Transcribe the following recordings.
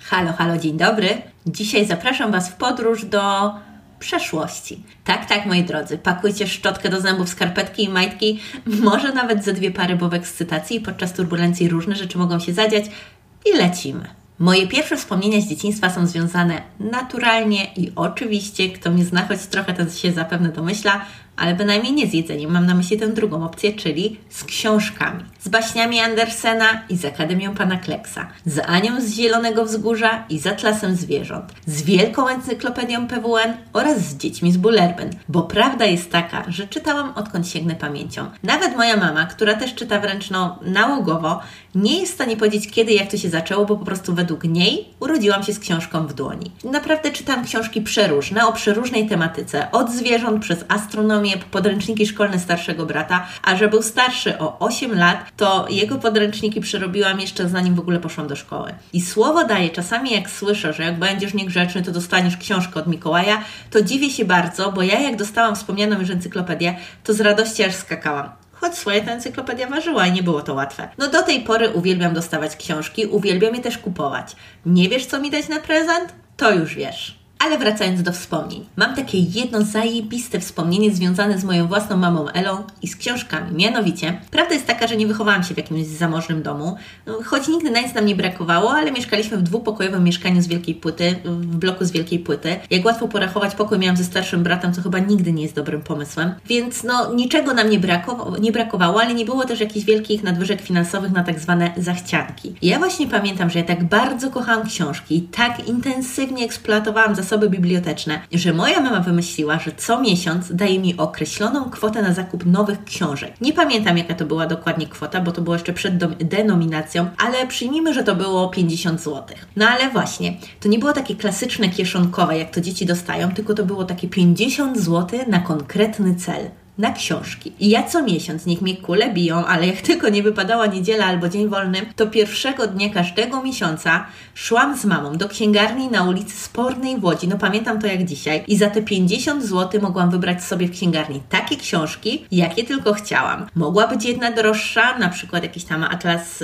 Halo, halo, dzień dobry. Dzisiaj zapraszam Was w podróż do przeszłości. Tak, moi drodzy, pakujcie szczotkę do zębów, skarpetki i majtki, może nawet ze 2 pary, bo w ekscytacji podczas turbulencji różne rzeczy mogą się zadziać i lecimy. Moje pierwsze wspomnienia z dzieciństwa są związane naturalnie i oczywiście, kto mnie zna choć trochę, ten się zapewne domyśla, ale bynajmniej nie z jedzeniem. Mam na myśli tę drugą opcję, czyli z książkami. Z baśniami Andersena i z Akademią Pana Kleksa. Z Anią z Zielonego Wzgórza i z Atlasem Zwierząt. Z Wielką Encyklopedią PWN oraz z Dziećmi z Bullerbyn. Bo prawda jest taka, że czytałam odkąd sięgnę pamięcią. Nawet moja mama, która też czyta wręcz nałogowo, nie jest w stanie powiedzieć kiedy, jak to się zaczęło, bo po prostu według niej urodziłam się z książką w dłoni. Naprawdę czytam książki przeróżne, o przeróżnej tematyce. Od zwierząt przez astronomię, podręczniki szkolne starszego brata, a że był starszy o 8 lat, to jego podręczniki przerobiłam jeszcze zanim w ogóle poszłam do szkoły. I słowo daję, czasami jak słyszę, że jak będziesz niegrzeczny, to dostaniesz książkę od Mikołaja, to dziwię się bardzo, bo ja jak dostałam wspomnianą już encyklopedię, to z radości aż skakałam. Choć swoje ta encyklopedia ważyła i nie było to łatwe. No do tej pory uwielbiam dostawać książki, uwielbiam je też kupować. Nie wiesz, co mi dać na prezent? To już wiesz. Ale wracając do wspomnień. Mam takie jedno zajebiste wspomnienie związane z moją własną mamą Elą i z książkami. Mianowicie, prawda jest taka, że nie wychowałam się w jakimś zamożnym domu, choć nigdy na nic nam nie brakowało, ale mieszkaliśmy w 2-pokojowym mieszkaniu z wielkiej płyty, w bloku z wielkiej płyty. Jak łatwo porachować, pokój miałam ze starszym bratem, co chyba nigdy nie jest dobrym pomysłem. Więc niczego nam nie brakowało, ale nie było też jakichś wielkich nadwyżek finansowych na tak zwane zachcianki. I ja właśnie pamiętam, że ja tak bardzo kochałam książki i tak intensywnie eksploatowałam zasoby biblioteczne, że moja mama wymyśliła, że co miesiąc daje mi określoną kwotę na zakup nowych książek. Nie pamiętam, jaka to była dokładnie kwota, bo to było jeszcze przed denominacją, ale przyjmijmy, że to było 50 zł. No ale właśnie, to nie było takie klasyczne kieszonkowe, jak to dzieci dostają, tylko to było takie 50 zł na konkretny cel. Na książki. I ja co miesiąc, niech mnie kule biją, ale jak tylko nie wypadała niedziela albo dzień wolny, to pierwszego dnia każdego miesiąca szłam z mamą do księgarni na ulicy Spornej w Łodzi. Pamiętam to jak dzisiaj. I za te 50 zł mogłam wybrać sobie w księgarni takie książki, jakie tylko chciałam. Mogła być jedna droższa, na przykład jakiś tam atlas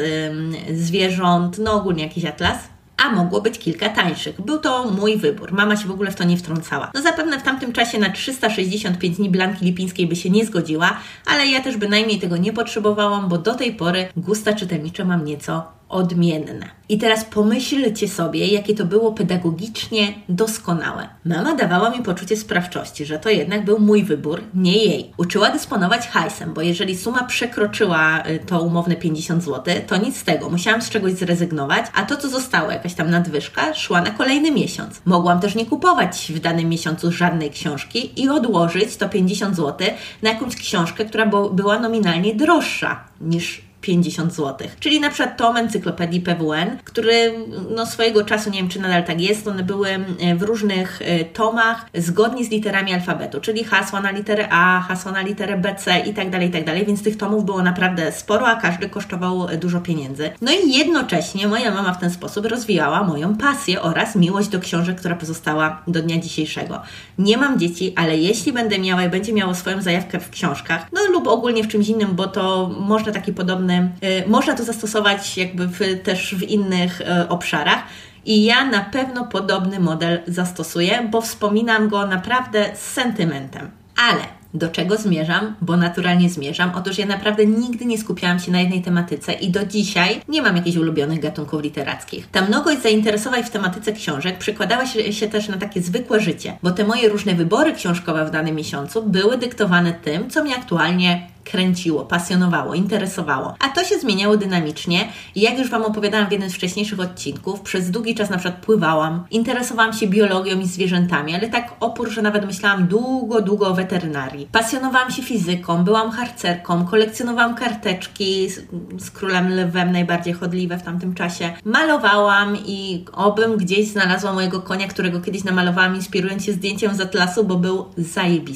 zwierząt, ogólnie jakiś atlas. A mogło być kilka tańszych. Był to mój wybór. Mama się w ogóle w to nie wtrącała. Zapewne w tamtym czasie na 365 dni Blanki Lipińskiej by się nie zgodziła, ale ja też bynajmniej tego nie potrzebowałam, bo do tej pory gusta czytelnicze mam nieco odmienne. I teraz pomyślcie sobie, jakie to było pedagogicznie doskonałe. Mama dawała mi poczucie sprawczości, że to jednak był mój wybór, nie jej. Uczyła dysponować hajsem, bo jeżeli suma przekroczyła to umowne 50 zł, to nic z tego. Musiałam z czegoś zrezygnować, a to, co zostało, jakaś tam nadwyżka, szła na kolejny miesiąc. Mogłam też nie kupować w danym miesiącu żadnej książki i odłożyć to 50 zł na jakąś książkę, która była nominalnie droższa niż 50 zł. Czyli na przykład tom encyklopedii PWN, który swojego czasu, nie wiem czy nadal tak jest, one były w różnych tomach zgodnie z literami alfabetu, czyli hasła na literę A, hasła na literę B, C i tak dalej, więc tych tomów było naprawdę sporo, a każdy kosztował dużo pieniędzy. I jednocześnie moja mama w ten sposób rozwijała moją pasję oraz miłość do książek, która pozostała do dnia dzisiejszego. Nie mam dzieci, ale jeśli będę miała i będzie miało swoją zajawkę w książkach, lub ogólnie w czymś innym, bo to można taki podobny można to zastosować też w innych obszarach i ja na pewno podobny model zastosuję, bo wspominam go naprawdę z sentymentem. Ale do czego zmierzam? Bo naturalnie zmierzam. Otóż ja naprawdę nigdy nie skupiałam się na jednej tematyce i do dzisiaj nie mam jakichś ulubionych gatunków literackich. Ta mnogość zainteresowań w tematyce książek przekładała się też na takie zwykłe życie, bo te moje różne wybory książkowe w danym miesiącu były dyktowane tym, co mnie aktualnie kręciło, pasjonowało, interesowało. A to się zmieniało dynamicznie i jak już Wam opowiadałam w jednym z wcześniejszych odcinków, przez długi czas na przykład pływałam, interesowałam się biologią i zwierzętami, ale tak opór, że nawet myślałam długo o weterynarii. Pasjonowałam się fizyką, byłam harcerką, kolekcjonowałam karteczki z Królem Lwem, najbardziej chodliwe w tamtym czasie. Malowałam i obym gdzieś znalazła mojego konia, którego kiedyś namalowałam, inspirując się zdjęciem z atlasu, bo był zajebisty.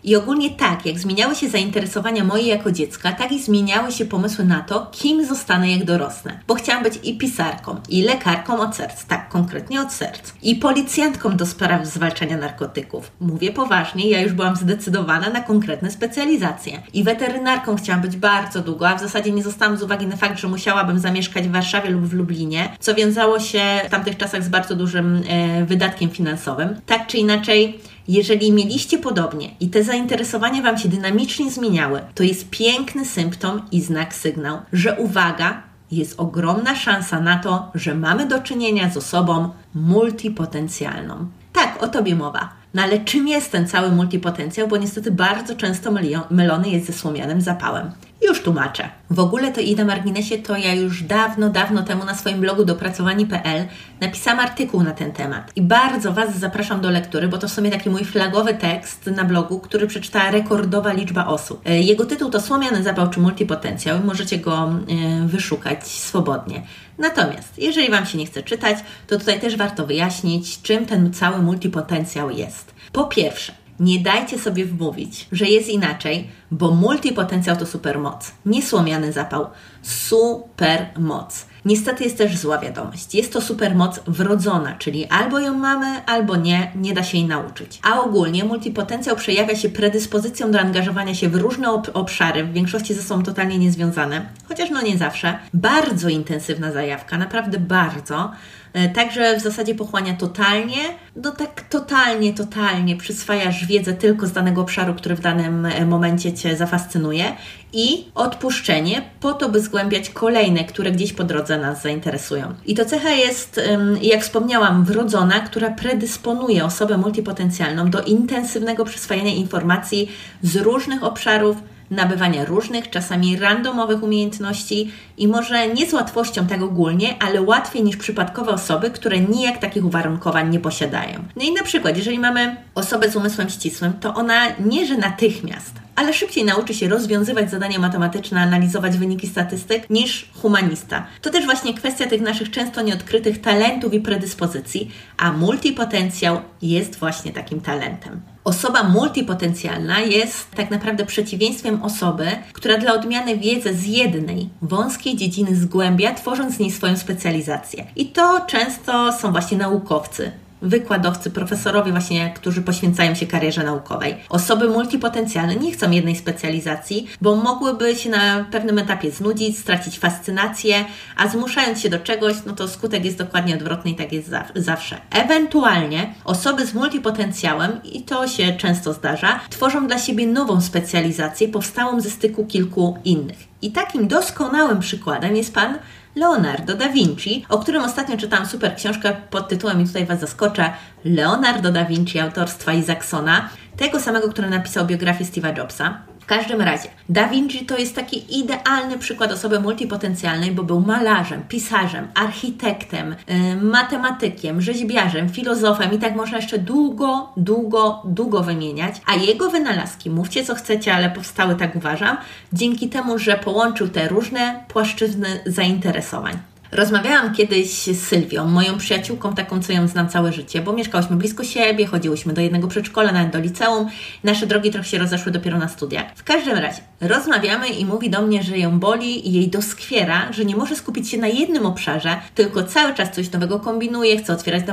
I ogólnie tak, jak zmieniały się zainteresowania moje jako dziecka, tak i zmieniały się pomysły na to, kim zostanę jak dorosnę. Bo chciałam być i pisarką, i lekarką od serc, tak, konkretnie od serc, i policjantką do spraw zwalczania narkotyków. Mówię poważnie, ja już byłam zdecydowana na konkretne specjalizacje. I weterynarką chciałam być bardzo długo, a w zasadzie nie zostałam z uwagi na fakt, że musiałabym zamieszkać w Warszawie lub w Lublinie, co wiązało się w tamtych czasach z bardzo dużym wydatkiem finansowym. Tak czy inaczej, jeżeli mieliście podobnie i te zainteresowania Wam się dynamicznie zmieniały, to jest piękny symptom i sygnał, że uwaga, jest ogromna szansa na to, że mamy do czynienia z osobą multipotencjalną. Tak, o Tobie mowa. No ale czym jest ten cały multipotencjał? Bo niestety bardzo często mylony jest ze słomianym zapałem. Już tłumaczę. W ogóle to i na marginesie to ja już dawno temu na swoim blogu dopracowani.pl napisałam artykuł na ten temat. I bardzo Was zapraszam do lektury, bo to w sumie taki mój flagowy tekst na blogu, który przeczytała rekordowa liczba osób. Jego tytuł to Słomiany zapał czy multipotencjał i możecie go wyszukać swobodnie. Natomiast, jeżeli Wam się nie chce czytać, to tutaj też warto wyjaśnić, czym ten cały multipotencjał jest. Po pierwsze, nie dajcie sobie wmówić, że jest inaczej, bo multipotencjał to supermoc, nie słomiany zapał, supermoc. Niestety jest też zła wiadomość. Jest to supermoc wrodzona, czyli albo ją mamy, albo nie da się jej nauczyć. A ogólnie multipotencjał przejawia się predyspozycją do angażowania się w różne obszary, w większości ze sobą totalnie niezwiązane, chociaż nie zawsze. Bardzo intensywna zajawka, naprawdę bardzo. Także w zasadzie pochłania totalnie, totalnie przyswajasz wiedzę tylko z danego obszaru, który w danym momencie Cię zafascynuje i odpuszczenie po to, by zgłębiać kolejne, które gdzieś po drodze nas zainteresują. I to cecha jest, jak wspomniałam, wrodzona, która predysponuje osobę multipotencjalną do intensywnego przyswajania informacji z różnych obszarów, nabywania różnych, czasami randomowych umiejętności i może nie z łatwością tak ogólnie, ale łatwiej niż przypadkowe osoby, które nijak takich uwarunkowań nie posiadają. No i na przykład, jeżeli mamy osobę z umysłem ścisłym, to ona nie, że natychmiast, ale szybciej nauczy się rozwiązywać zadania matematyczne, analizować wyniki statystyk niż humanista. To też właśnie kwestia tych naszych często nieodkrytych talentów i predyspozycji, a multipotencjał jest właśnie takim talentem. Osoba multipotencjalna jest tak naprawdę przeciwieństwem osoby, która dla odmiany wiedzę z jednej, wąskiej dziedziny zgłębia, tworząc z niej swoją specjalizację. I to często są właśnie naukowcy, wykładowcy, profesorowie właśnie, którzy poświęcają się karierze naukowej. Osoby multipotencjalne nie chcą jednej specjalizacji, bo mogłyby się na pewnym etapie znudzić, stracić fascynację, a zmuszając się do czegoś, no to skutek jest dokładnie odwrotny i tak jest zawsze. Ewentualnie osoby z multipotencjałem, i to się często zdarza, tworzą dla siebie nową specjalizację powstałą ze styku kilku innych. I takim doskonałym przykładem jest pan Leonardo da Vinci, o którym ostatnio czytałam super książkę pod tytułem, i tutaj Was zaskoczę, Leonardo da Vinci autorstwa Isaacsona, tego samego, który napisał biografię Steve'a Jobsa. W każdym razie, Da Vinci to jest taki idealny przykład osoby multipotencjalnej, bo był malarzem, pisarzem, architektem, matematykiem, rzeźbiarzem, filozofem i tak można jeszcze długo wymieniać. A jego wynalazki, mówcie co chcecie, ale powstały, tak uważam, dzięki temu, że połączył te różne płaszczyzny zainteresowań. Rozmawiałam kiedyś z Sylwią, moją przyjaciółką, taką, co ją znam całe życie, bo mieszkałyśmy blisko siebie, chodziłyśmy do jednego przedszkola, nawet do liceum. Nasze drogi trochę się rozeszły dopiero na studiach. W każdym razie, rozmawiamy i mówi do mnie, że ją boli i jej doskwiera, że nie może skupić się na jednym obszarze, tylko cały czas coś nowego kombinuje, chce otwierać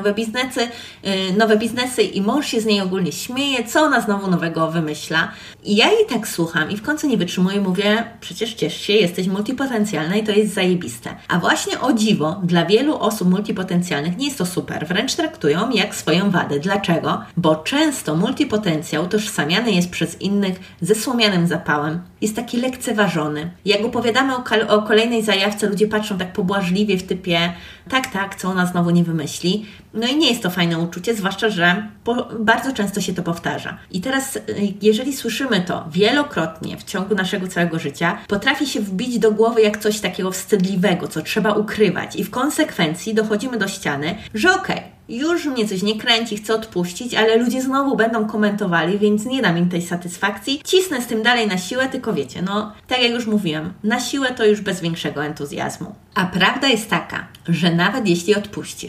nowe biznesy i mąż się z niej ogólnie śmieje, co ona znowu nowego wymyśla. I ja jej tak słucham i w końcu nie wytrzymuję i mówię, przecież ciesz się, jesteś multipotencjalna i to jest zajebiste. A właśnie o dziwo, dla wielu osób multipotencjalnych nie jest to super, wręcz traktują jak swoją wadę. Dlaczego? Bo często multipotencjał tożsamiany jest przez innych ze słomianym zapałem. Jest taki lekceważony. Jak opowiadamy o kolejnej zajawce, ludzie patrzą tak pobłażliwie w typie tak, co ona znowu nie wymyśli. No i nie jest to fajne uczucie, zwłaszcza, że bardzo często się to powtarza. I teraz, jeżeli słyszymy to wielokrotnie w ciągu naszego całego życia, potrafi się wbić do głowy jak coś takiego wstydliwego, co trzeba ukrywać. I w konsekwencji dochodzimy do ściany, że już mnie coś nie kręci, chcę odpuścić, ale ludzie znowu będą komentowali, więc nie dam im tej satysfakcji. Cisnę z tym dalej na siłę, tylko wiecie, tak jak już mówiłam, na siłę to już bez większego entuzjazmu. A prawda jest taka, że nawet jeśli odpuścisz,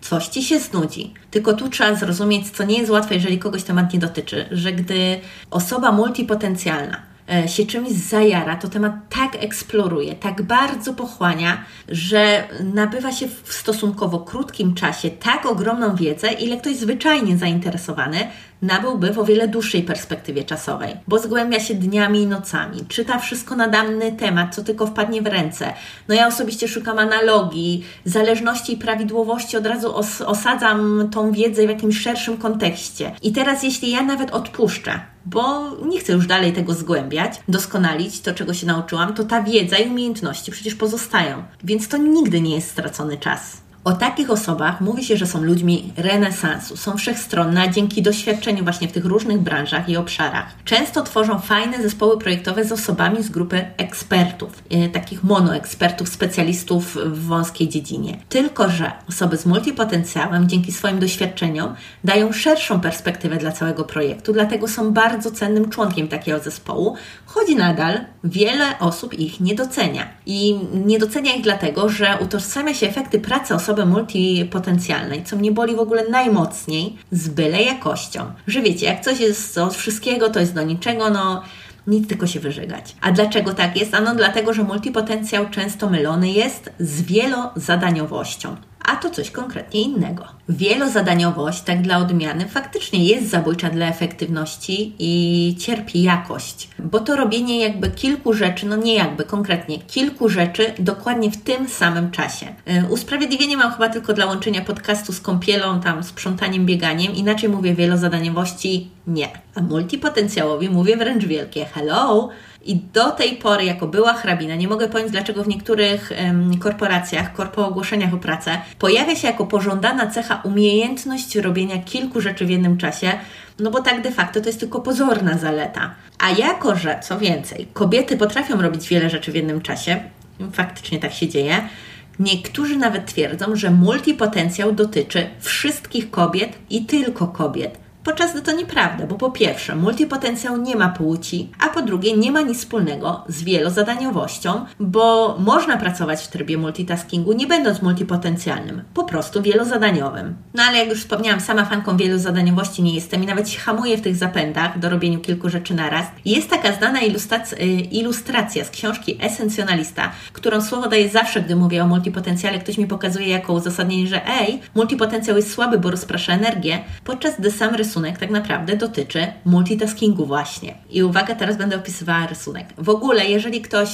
coś Ci się znudzi. Tylko tu trzeba zrozumieć, co nie jest łatwe, jeżeli kogoś temat nie dotyczy, że gdy osoba multipotencjalna się czymś zajara, to temat tak eksploruje, tak bardzo pochłania, że nabywa się w stosunkowo krótkim czasie tak ogromną wiedzę, ile ktoś zwyczajnie zainteresowany nabyłby w o wiele dłuższej perspektywie czasowej, bo zgłębia się dniami i nocami, czyta wszystko na dany temat, co tylko wpadnie w ręce. No ja osobiście szukam analogii, zależności i prawidłowości, od razu osadzam tą wiedzę w jakimś szerszym kontekście. I teraz jeśli ja nawet odpuszczę, bo nie chcę już dalej tego zgłębiać, doskonalić to, czego się nauczyłam, to ta wiedza i umiejętności przecież pozostają. Więc to nigdy nie jest stracony czas. O takich osobach mówi się, że są ludźmi renesansu, są wszechstronne, a dzięki doświadczeniu właśnie w tych różnych branżach i obszarach często tworzą fajne zespoły projektowe z osobami z grupy ekspertów, takich monoekspertów, specjalistów w wąskiej dziedzinie. Tylko że osoby z multipotencjałem dzięki swoim doświadczeniom dają szerszą perspektywę dla całego projektu, dlatego są bardzo cennym członkiem takiego zespołu, choć nadal wiele osób ich nie docenia. I nie docenia ich dlatego, że utożsamia się efekty pracy osoby multipotencjalnej, co mnie boli w ogóle najmocniej, z byle jakością. Że wiecie, jak coś jest od wszystkiego, to jest do niczego, nic tylko się wyżygać. A dlaczego tak jest? Ano dlatego, że multipotencjał często mylony jest z wielozadaniowością. A to coś konkretnie innego. Wielozadaniowość, tak dla odmiany, faktycznie jest zabójcza dla efektywności i cierpi jakość. Bo to robienie jakby kilku rzeczy, konkretnie kilku rzeczy dokładnie w tym samym czasie. Usprawiedliwienie mam chyba tylko dla łączenia podcastu z kąpielą, sprzątaniem, bieganiem. Inaczej mówię wielozadaniowości nie. A multipotencjałowi mówię wręcz wielkie hello. I do tej pory, jako była hrabina, nie mogę pojąć, dlaczego w niektórych korporacjach, po ogłoszeniach o pracę pojawia się jako pożądana cecha umiejętność robienia kilku rzeczy w jednym czasie, no bo tak de facto to jest tylko pozorna zaleta. A jako, że, co więcej, kobiety potrafią robić wiele rzeczy w jednym czasie, faktycznie tak się dzieje, niektórzy nawet twierdzą, że multipotencjał dotyczy wszystkich kobiet i tylko kobiet. Podczas gdy to nieprawda, bo po pierwsze, multipotencjał nie ma płci, a po drugie nie ma nic wspólnego z wielozadaniowością, bo można pracować w trybie multitaskingu, nie będąc multipotencjalnym, po prostu wielozadaniowym. No ale jak już wspomniałam, sama fanką wielozadaniowości nie jestem i nawet się hamuję w tych zapędach do robienia kilku rzeczy naraz. Jest taka znana ilustracja z książki Esencjonalista, którą słowo daję zawsze, gdy mówię o multipotencjale. Ktoś mi pokazuje jako uzasadnienie, że multipotencjał jest słaby, bo rozprasza energię, podczas gdy sam rysunek tak naprawdę dotyczy multitaskingu właśnie. I uwaga, teraz będę opisywała rysunek. W ogóle, jeżeli ktoś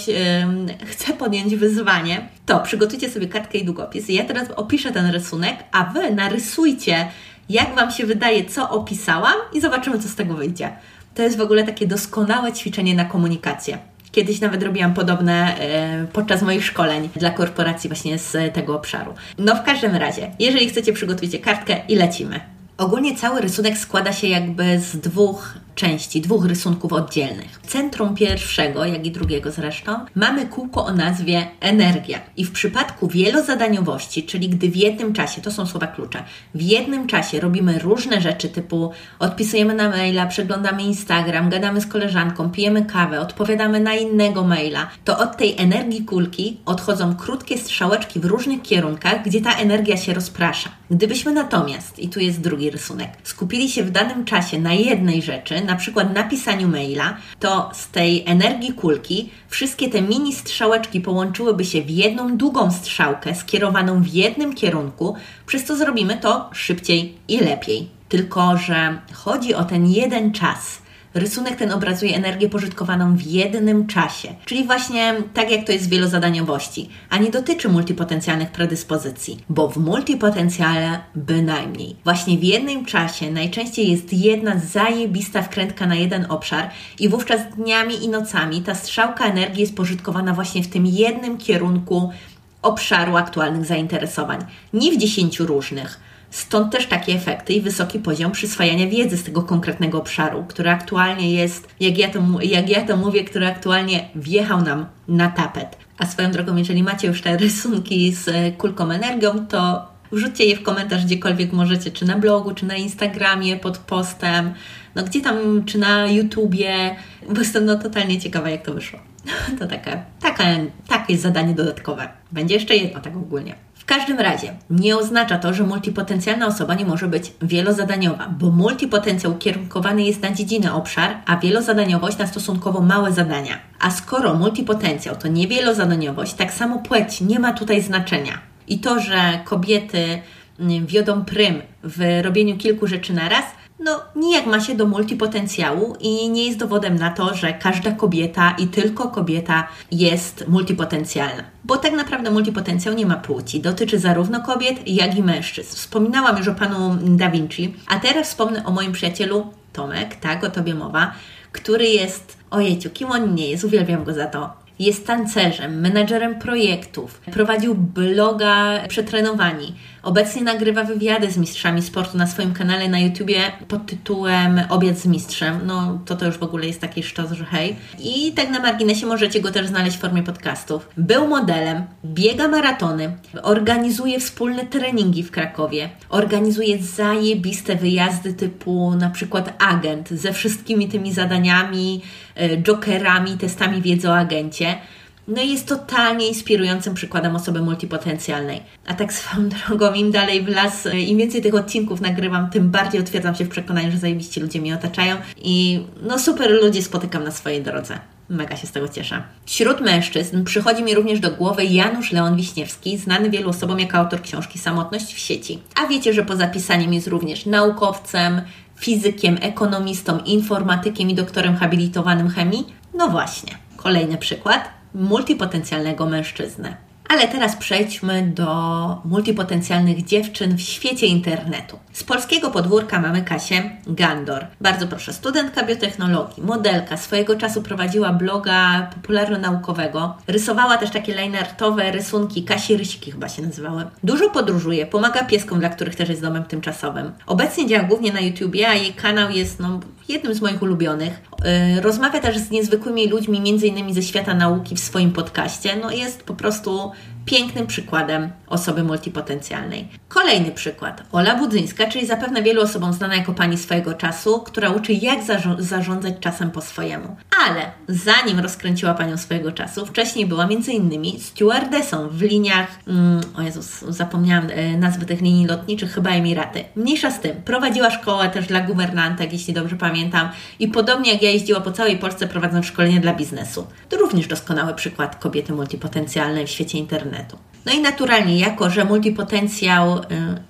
chce podjąć wyzwanie, to przygotujcie sobie kartkę i długopis. Ja teraz opiszę ten rysunek, a Wy narysujcie, jak Wam się wydaje, co opisałam i zobaczymy, co z tego wyjdzie. To jest w ogóle takie doskonałe ćwiczenie na komunikację. Kiedyś nawet robiłam podobne podczas moich szkoleń dla korporacji właśnie z tego obszaru. No w każdym razie, jeżeli chcecie, przygotujcie kartkę i lecimy. Ogólnie cały rysunek składa się jakby z dwóch części, dwóch rysunków oddzielnych. W centrum pierwszego, jak i drugiego zresztą, mamy kółko o nazwie energia. I w przypadku wielozadaniowości, czyli gdy w jednym czasie, to są słowa klucze, w jednym czasie robimy różne rzeczy typu odpisujemy na maila, przeglądamy Instagram, gadamy z koleżanką, pijemy kawę, odpowiadamy na innego maila, to od tej energii kulki odchodzą krótkie strzałeczki w różnych kierunkach, gdzie ta energia się rozprasza. Gdybyśmy natomiast, i tu jest drugi rysunek, skupili się w danym czasie na jednej rzeczy, na przykład napisaniu maila, to z tej energii kulki wszystkie te mini strzałeczki połączyłyby się w jedną długą strzałkę skierowaną w jednym kierunku, przez co zrobimy to szybciej i lepiej. Tylko że chodzi o ten jeden czas. Rysunek ten obrazuje energię pożytkowaną w jednym czasie, czyli właśnie tak jak to jest w wielozadaniowości, a nie dotyczy multipotencjalnych predyspozycji, bo w multipotencjale bynajmniej. Właśnie w jednym czasie najczęściej jest jedna zajebista wkrętka na jeden obszar i wówczas dniami i nocami ta strzałka energii jest pożytkowana właśnie w tym jednym kierunku obszaru aktualnych zainteresowań, nie w 10 różnych. Stąd też takie efekty i wysoki poziom przyswajania wiedzy z tego konkretnego obszaru, który aktualnie jest, jak ja to mówię, który aktualnie wjechał nam na tapet. A swoją drogą, jeżeli macie już te rysunki z kulką energią, to wrzućcie je w komentarz gdziekolwiek możecie, czy na blogu, czy na Instagramie, pod postem, no gdzie tam, czy na YouTubie, bo jestem totalnie ciekawa, jak to wyszło. To takie zadanie dodatkowe. Będzie jeszcze jedno, tak ogólnie. W każdym razie nie oznacza to, że multipotencjalna osoba nie może być wielozadaniowa, bo multipotencjał ukierunkowany jest na dziedzinę, obszar, a wielozadaniowość na stosunkowo małe zadania. A skoro multipotencjał to nie wielozadaniowość, tak samo płeć nie ma tutaj znaczenia. I to, że kobiety wiodą prym w robieniu kilku rzeczy naraz, nijak ma się do multipotencjału i nie jest dowodem na to, że każda kobieta i tylko kobieta jest multipotencjalna. Bo tak naprawdę multipotencjał nie ma płci. Dotyczy zarówno kobiet, jak i mężczyzn. Wspominałam już o panu Da Vinci, a teraz wspomnę o moim przyjacielu Tomek, tak, o tobie mowa, który jest, ojejciu, kim on nie jest, uwielbiam go za to. Jest tancerzem, menadżerem projektów, prowadził bloga Przetrenowani. Obecnie nagrywa wywiady z mistrzami sportu na swoim kanale na YouTubie pod tytułem Obiad z mistrzem. To już w ogóle jest taki sztos, że hej. I tak na marginesie możecie go też znaleźć w formie podcastów. Był modelem, biega maratony, organizuje wspólne treningi w Krakowie, organizuje zajebiste wyjazdy typu na przykład agent ze wszystkimi tymi zadaniami, jokerami, testami wiedzy o agencie. I jest totalnie inspirującym przykładem osoby multipotencjalnej. A tak swoją drogą, im dalej w las, im więcej tych odcinków nagrywam, tym bardziej utwierdzam się w przekonaniu, że zajebiści ludzie mnie otaczają i super ludzi spotykam na swojej drodze. Mega się z tego cieszę. Wśród mężczyzn przychodzi mi również do głowy Janusz Leon Wiśniewski, znany wielu osobom jako autor książki Samotność w sieci. A wiecie, że poza pisaniem jest również naukowcem, fizykiem, ekonomistą, informatykiem i doktorem habilitowanym chemii? No właśnie, kolejny przykład multipotencjalnego mężczyzny. Ale teraz przejdźmy do multipotencjalnych dziewczyn w świecie internetu. Z polskiego podwórka mamy Kasię Gandor. Bardzo proszę, studentka biotechnologii, modelka, swojego czasu prowadziła bloga popularno-naukowego. Rysowała też takie lineartowe rysunki, Kasi Rysiki chyba się nazywały. Dużo podróżuje, pomaga pieskom, dla których też jest domem tymczasowym. Obecnie działa głównie na YouTubie, a jej kanał jest jednym z moich ulubionych. Rozmawia też z niezwykłymi ludźmi, m.in. ze świata nauki w swoim podcaście. Jest po prostu pięknym przykładem osoby multipotencjalnej. Kolejny przykład. Ola Budzyńska, czyli zapewne wielu osobom znana jako pani swojego czasu, która uczy, jak zarządzać czasem po swojemu. Ale zanim rozkręciła panią swojego czasu, wcześniej była m.in. stewardessą w liniach, zapomniałam nazwy tych linii lotniczych, chyba Emiraty. Mniejsza z tym, prowadziła szkołę też dla guwernantek, jeśli dobrze pamiętam, i podobnie jak ja jeździła po całej Polsce prowadząc szkolenie dla biznesu. To również doskonały przykład kobiety multipotencjalnej w świecie internetu. I naturalnie, jako że multipotencjał,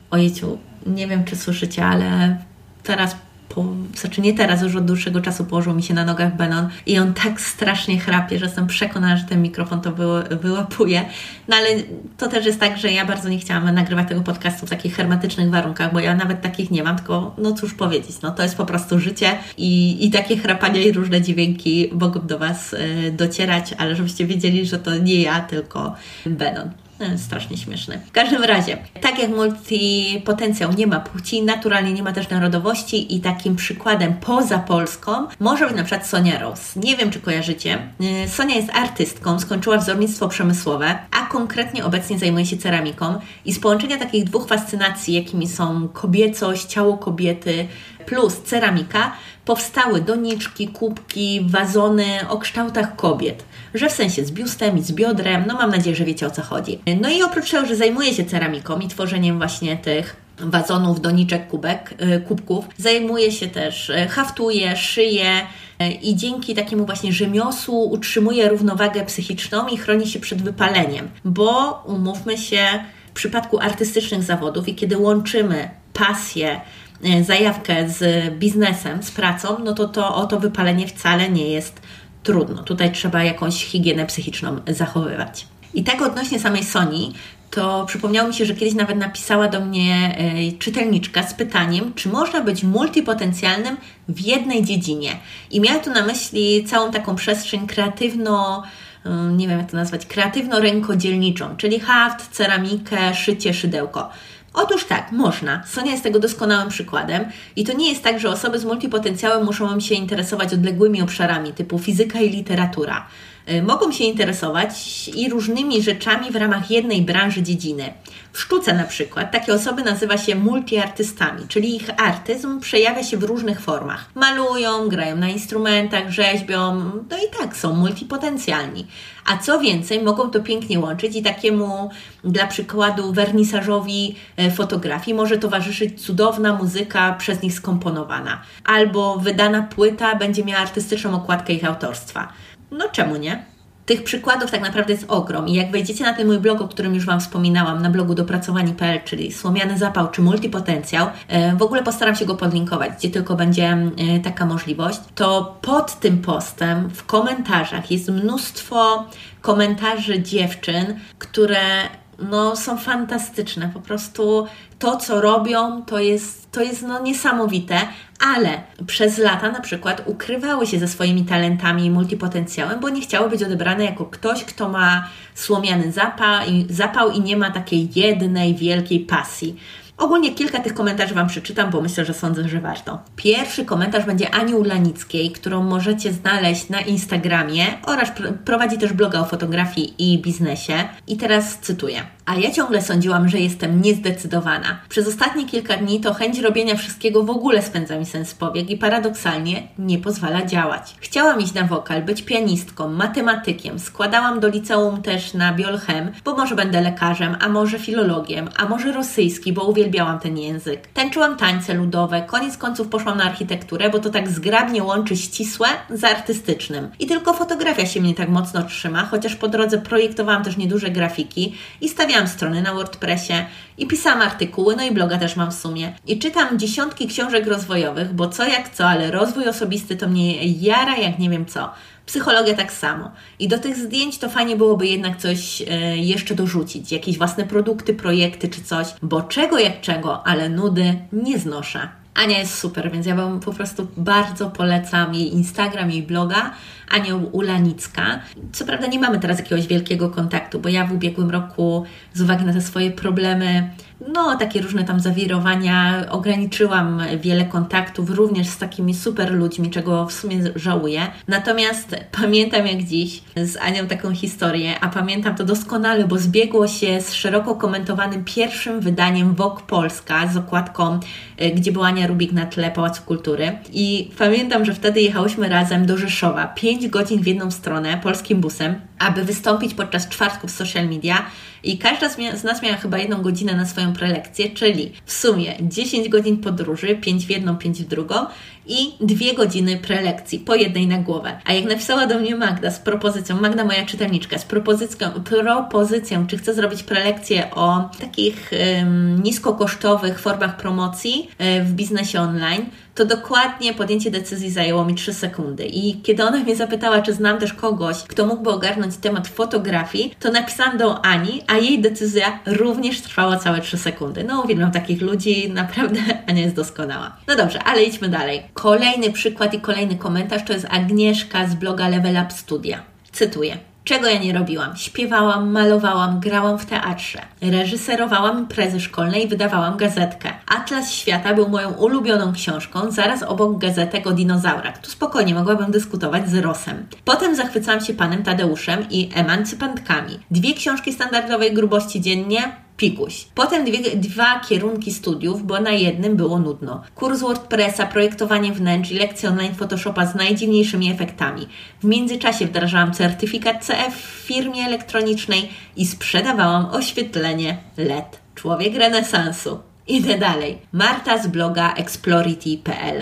nie wiem czy słyszycie, ale teraz, nie teraz, już od dłuższego czasu położył mi się na nogach Benon i on tak strasznie chrapie, że jestem przekonana, że ten mikrofon to wyłapuje. Ale to też jest tak, że ja bardzo nie chciałam nagrywać tego podcastu w takich hermetycznych warunkach, bo ja nawet takich nie mam, tylko cóż powiedzieć, to jest po prostu życie i takie chrapania i różne dźwięki mogą do Was docierać, ale żebyście wiedzieli, że to nie ja, tylko Benon. Strasznie śmieszny. W każdym razie, tak jak multipotencjał nie ma płci, naturalnie nie ma też narodowości i takim przykładem poza Polską może być na przykład Sonia Rose. Nie wiem, czy kojarzycie. Sonia jest artystką, skończyła wzornictwo przemysłowe, a konkretnie obecnie zajmuje się ceramiką i z połączenia takich dwóch fascynacji, jakimi są kobiecość, ciało kobiety plus ceramika, powstały doniczki, kubki, wazony o kształtach kobiet. Że w sensie z biustem i z biodrem, mam nadzieję, że wiecie, o co chodzi. I oprócz tego, że zajmuje się ceramiką i tworzeniem właśnie tych wazonów, doniczek, kubków, zajmuje się też, haftuje, szyje i dzięki takiemu właśnie rzemiosłu utrzymuje równowagę psychiczną i chroni się przed wypaleniem. Bo umówmy się, w przypadku artystycznych zawodów i kiedy łączymy pasję, zajawkę z biznesem, z pracą, to o to wypalenie wcale nie jest trudno. Tutaj trzeba jakąś higienę psychiczną zachowywać. I tak odnośnie samej Soni, to przypomniało mi się, że kiedyś nawet napisała do mnie czytelniczka z pytaniem, czy można być multipotencjalnym w jednej dziedzinie. I miała tu na myśli całą taką przestrzeń nie wiem jak to nazwać, kreatywno-rękodzielniczą, czyli haft, ceramikę, szycie, szydełko. Otóż tak, można. Sonia jest tego doskonałym przykładem i to nie jest tak, że osoby z multipotencjałem muszą się interesować odległymi obszarami typu fizyka i literatura. mogą się interesować i różnymi rzeczami w ramach jednej branży dziedziny. W sztuce na przykład takie osoby nazywa się multiartystami, czyli ich artyzm przejawia się w różnych formach. Malują, grają na instrumentach, rzeźbią, no i tak są multipotencjalni. A co więcej, mogą to pięknie łączyć i takiemu, dla przykładu, wernisażowi fotografii może towarzyszyć cudowna muzyka przez nich skomponowana. Albo wydana płyta będzie miała artystyczną okładkę ich autorstwa. No czemu nie? Tych przykładów tak naprawdę jest ogrom i jak wejdziecie na ten mój blog, o którym już Wam wspominałam, na blogu dopracowani.pl, czyli Słomiany Zapał czy Multipotencjał, w ogóle postaram się go podlinkować, gdzie tylko będzie taka możliwość, to pod tym postem w komentarzach jest mnóstwo komentarzy dziewczyn, które są fantastyczne. Po prostu to, co robią, to jest niesamowite, ale przez lata na przykład ukrywały się ze swoimi talentami i multipotencjałem, bo nie chciały być odebrane jako ktoś, kto ma słomiany zapał i nie ma takiej jednej wielkiej pasji. Ogólnie kilka tych komentarzy Wam przeczytam, bo myślę, że sądzę, że warto. Pierwszy komentarz będzie Ani Ulanickiej, którą możecie znaleźć na Instagramie oraz prowadzi też bloga o fotografii i biznesie. I teraz cytuję. A ja ciągle sądziłam, że jestem niezdecydowana. Przez ostatnie kilka dni to chęć robienia wszystkiego w ogóle spędza mi sens powiek i paradoksalnie nie pozwala działać. Chciałam iść na wokal, być pianistką, matematykiem. Składałam do liceum też na biolchem, bo może będę lekarzem, a może filologiem, a może rosyjski, bo uwielbiałam ten język. Tańczyłam tańce ludowe, koniec końców poszłam na architekturę, bo to tak zgrabnie łączy ścisłe z artystycznym. I tylko fotografia się mnie tak mocno trzyma, chociaż po drodze projektowałam też nieduże grafiki i stawiałam strony na WordPressie i pisałam artykuły, no i bloga też mam w sumie. I czytam dziesiątki książek rozwojowych, bo co jak co, ale rozwój osobisty to mnie jara jak nie wiem co. Psychologia tak samo. I do tych zdjęć to fajnie byłoby jednak coś jeszcze dorzucić. Jakieś własne produkty, projekty czy coś, bo czego jak czego, ale nudy nie znoszę. Ania jest super, więc ja Wam po prostu bardzo polecam jej Instagram, jej bloga, Ania Ulanicka. Co prawda nie mamy teraz jakiegoś wielkiego kontaktu, bo ja w ubiegłym roku z uwagi na te swoje problemy, takie różne tam zawirowania, ograniczyłam wiele kontaktów, również z takimi super ludźmi, czego w sumie żałuję. Natomiast pamiętam jak dziś z Anią taką historię, a pamiętam to doskonale, bo zbiegło się z szeroko komentowanym pierwszym wydaniem Vogue Polska z okładką, gdzie była Ania Rubik na tle Pałacu Kultury. I pamiętam, że wtedy jechałyśmy razem do Rzeszowa, 5 godzin w jedną stronę polskim busem, aby wystąpić podczas czwartków w social media i każda z nas miała chyba 1 godzinę na swoją prelekcję, czyli w sumie 10 godzin podróży, 5 w jedną, 5 w drugą i 2 godziny prelekcji, po jednej na głowę. A jak napisała do mnie Magda z propozycją, Magda moja czytelniczka, z propozycją, czy chce zrobić prelekcję o takich niskokosztowych formach promocji w biznesie online, to dokładnie podjęcie decyzji zajęło mi 3 sekundy. I kiedy ona mnie zapytała, czy znam też kogoś, kto mógłby ogarnąć temat fotografii, to napisałam do Ani, a jej decyzja również trwała całe 3 sekundy. Uwielbiam takich ludzi, naprawdę Ania jest doskonała. No dobrze, ale idźmy dalej. Kolejny przykład i kolejny komentarz to jest Agnieszka z bloga Level Up Studia. Cytuję. Czego ja nie robiłam? Śpiewałam, malowałam, grałam w teatrze, reżyserowałam imprezy szkolne i wydawałam gazetkę. Atlas Świata był moją ulubioną książką, zaraz obok gazetek o dinozaurach. Tu spokojnie mogłabym dyskutować z Rossem. Potem zachwycałam się Panem Tadeuszem i Emancypantkami. 2 książki standardowej grubości dziennie, pikuś. Potem 2 kierunki studiów, bo na jednym było nudno. Kurs WordPressa, projektowanie wnętrz i lekcje online Photoshopa z najdziwniejszymi efektami. W międzyczasie wdrażałam certyfikat CF w firmie elektronicznej i sprzedawałam oświetlenie LED. Człowiek renesansu. Idę dalej. Marta z bloga explority.pl.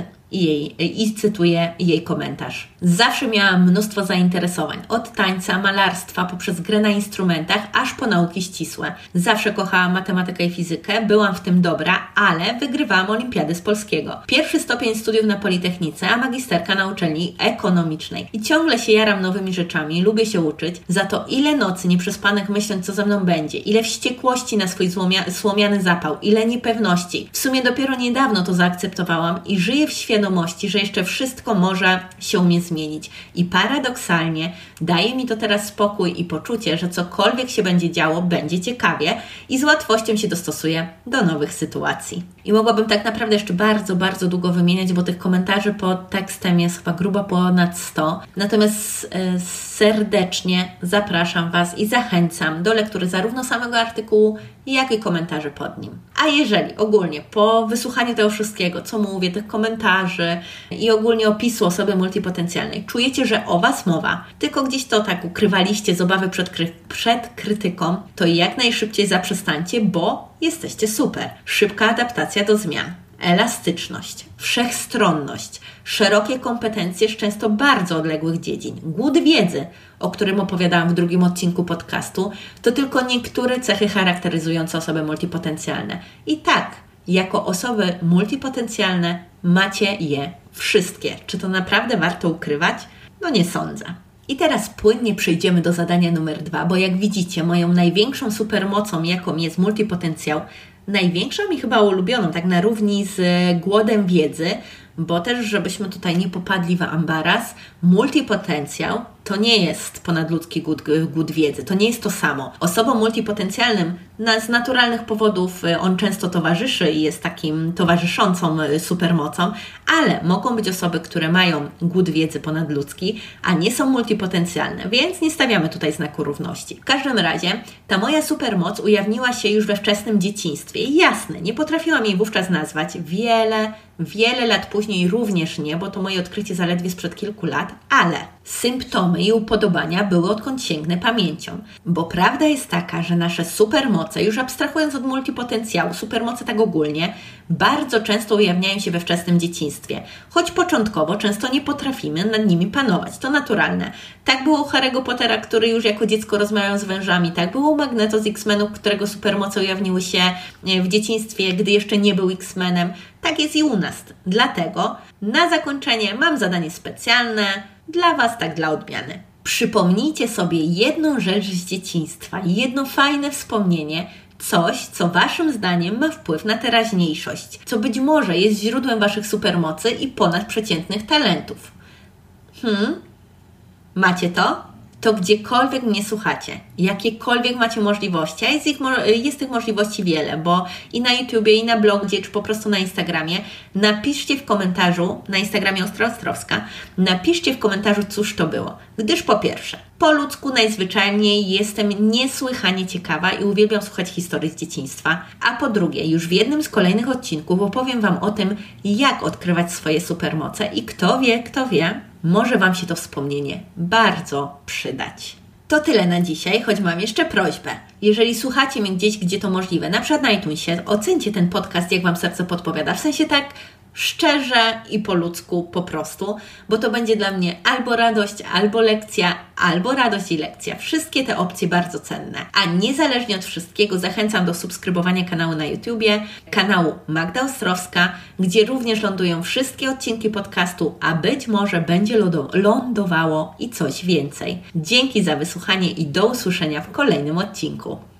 I cytuję jej komentarz. Zawsze miałam mnóstwo zainteresowań. Od tańca, malarstwa, poprzez grę na instrumentach, aż po nauki ścisłe. Zawsze kochałam matematykę i fizykę, byłam w tym dobra, ale wygrywałam olimpiady z polskiego. 1. stopień studiów na Politechnice, a magisterka na uczelni ekonomicznej. I ciągle się jaram nowymi rzeczami, lubię się uczyć. Za to ile nocy nieprzespanych myśląc, co ze mną będzie. Ile wściekłości na swój słomiany zapał. Ile niepewności. W sumie dopiero niedawno to zaakceptowałam i żyję w świecie, wiadomości, że jeszcze wszystko może się u mnie zmienić. I paradoksalnie daje mi to teraz spokój i poczucie, że cokolwiek się będzie działo, będzie ciekawie i z łatwością się dostosuję do nowych sytuacji. I mogłabym tak naprawdę jeszcze bardzo, bardzo długo wymieniać, bo tych komentarzy pod tekstem jest chyba grubo ponad 100. Natomiast serdecznie zapraszam Was i zachęcam do lektury zarówno samego artykułu, jak i komentarzy pod nim. A jeżeli ogólnie po wysłuchaniu tego wszystkiego, co mówię, tych komentarzy i ogólnie opisu osoby multipotencjalnej, czujecie, że o Was mowa, tylko gdzieś to tak ukrywaliście z obawy przed krytyką, to jak najszybciej zaprzestańcie, bo jesteście super. Szybka adaptacja do zmian, elastyczność, wszechstronność, szerokie kompetencje z często bardzo odległych dziedzin, głód wiedzy, o którym opowiadałam w drugim odcinku podcastu, to tylko niektóre cechy charakteryzujące osoby multipotencjalne. I tak, jako osoby multipotencjalne macie je wszystkie. Czy to naprawdę warto ukrywać? No nie sądzę. I teraz płynnie przejdziemy do zadania numer 2, bo jak widzicie, moją największą supermocą, jaką jest multipotencjał, największą i chyba ulubioną, tak na równi z głodem wiedzy, bo też, żebyśmy tutaj nie popadli w ambaras, multipotencjał to nie jest ponadludzki głód wiedzy, to nie jest to samo. Osobom multipotencjalnym z naturalnych powodów on często towarzyszy i jest takim towarzyszącą supermocą, ale mogą być osoby, które mają głód wiedzy ponadludzki, a nie są multipotencjalne, więc nie stawiamy tutaj znaku równości. W każdym razie ta moja supermoc ujawniła się już we wczesnym dzieciństwie. Jasne, nie potrafiłam jej wówczas nazwać. Wiele lat później również nie, bo to moje odkrycie zaledwie sprzed kilku lat, ale symptomy i upodobania były odkąd sięgnę pamięcią. Bo prawda jest taka, że nasze supermoce, już abstrahując od multipotencjału, supermoce tak ogólnie, bardzo często ujawniają się we wczesnym dzieciństwie. Choć początkowo często nie potrafimy nad nimi panować. To naturalne. Tak było u Harry'ego Pottera, który już jako dziecko rozmawiał z wężami. Tak było u Magneto z X-Menów, którego supermoce ujawniły się w dzieciństwie, gdy jeszcze nie był X-Menem. Tak jest i u nas. Dlatego na zakończenie mam zadanie specjalne dla Was, tak dla odmiany. Przypomnijcie sobie jedną rzecz z dzieciństwa, jedno fajne wspomnienie, coś, co Waszym zdaniem ma wpływ na teraźniejszość, co być może jest źródłem Waszych supermocy i ponadprzeciętnych talentów. Macie to? To gdziekolwiek mnie słuchacie, jakiekolwiek macie możliwości, a jest tych możliwości wiele, bo i na YouTubie, i na blogie, czy po prostu na Instagramie, napiszcie w komentarzu, na Instagramie Ostra-Ostrowska, napiszcie w komentarzu, cóż to było. Gdyż po pierwsze, po ludzku najzwyczajniej jestem niesłychanie ciekawa i uwielbiam słuchać historii z dzieciństwa, a po drugie, już w jednym z kolejnych odcinków opowiem Wam o tym, jak odkrywać swoje supermoce i kto wie, może Wam się to wspomnienie bardzo przydać. To tyle na dzisiaj, choć mam jeszcze prośbę. Jeżeli słuchacie mnie gdzieś, gdzie to możliwe, na przykład na iTunesie, ocencie ten podcast, jak Wam serce podpowiada. W sensie tak szczerze i po ludzku po prostu, bo to będzie dla mnie albo radość, albo lekcja, albo radość i lekcja. Wszystkie te opcje bardzo cenne. A niezależnie od wszystkiego zachęcam do subskrybowania kanału na YouTubie, kanału Magda Ostrowska, gdzie również lądują wszystkie odcinki podcastu, a być może będzie lądowało i coś więcej. Dzięki za wysłuchanie i do usłyszenia w kolejnym odcinku.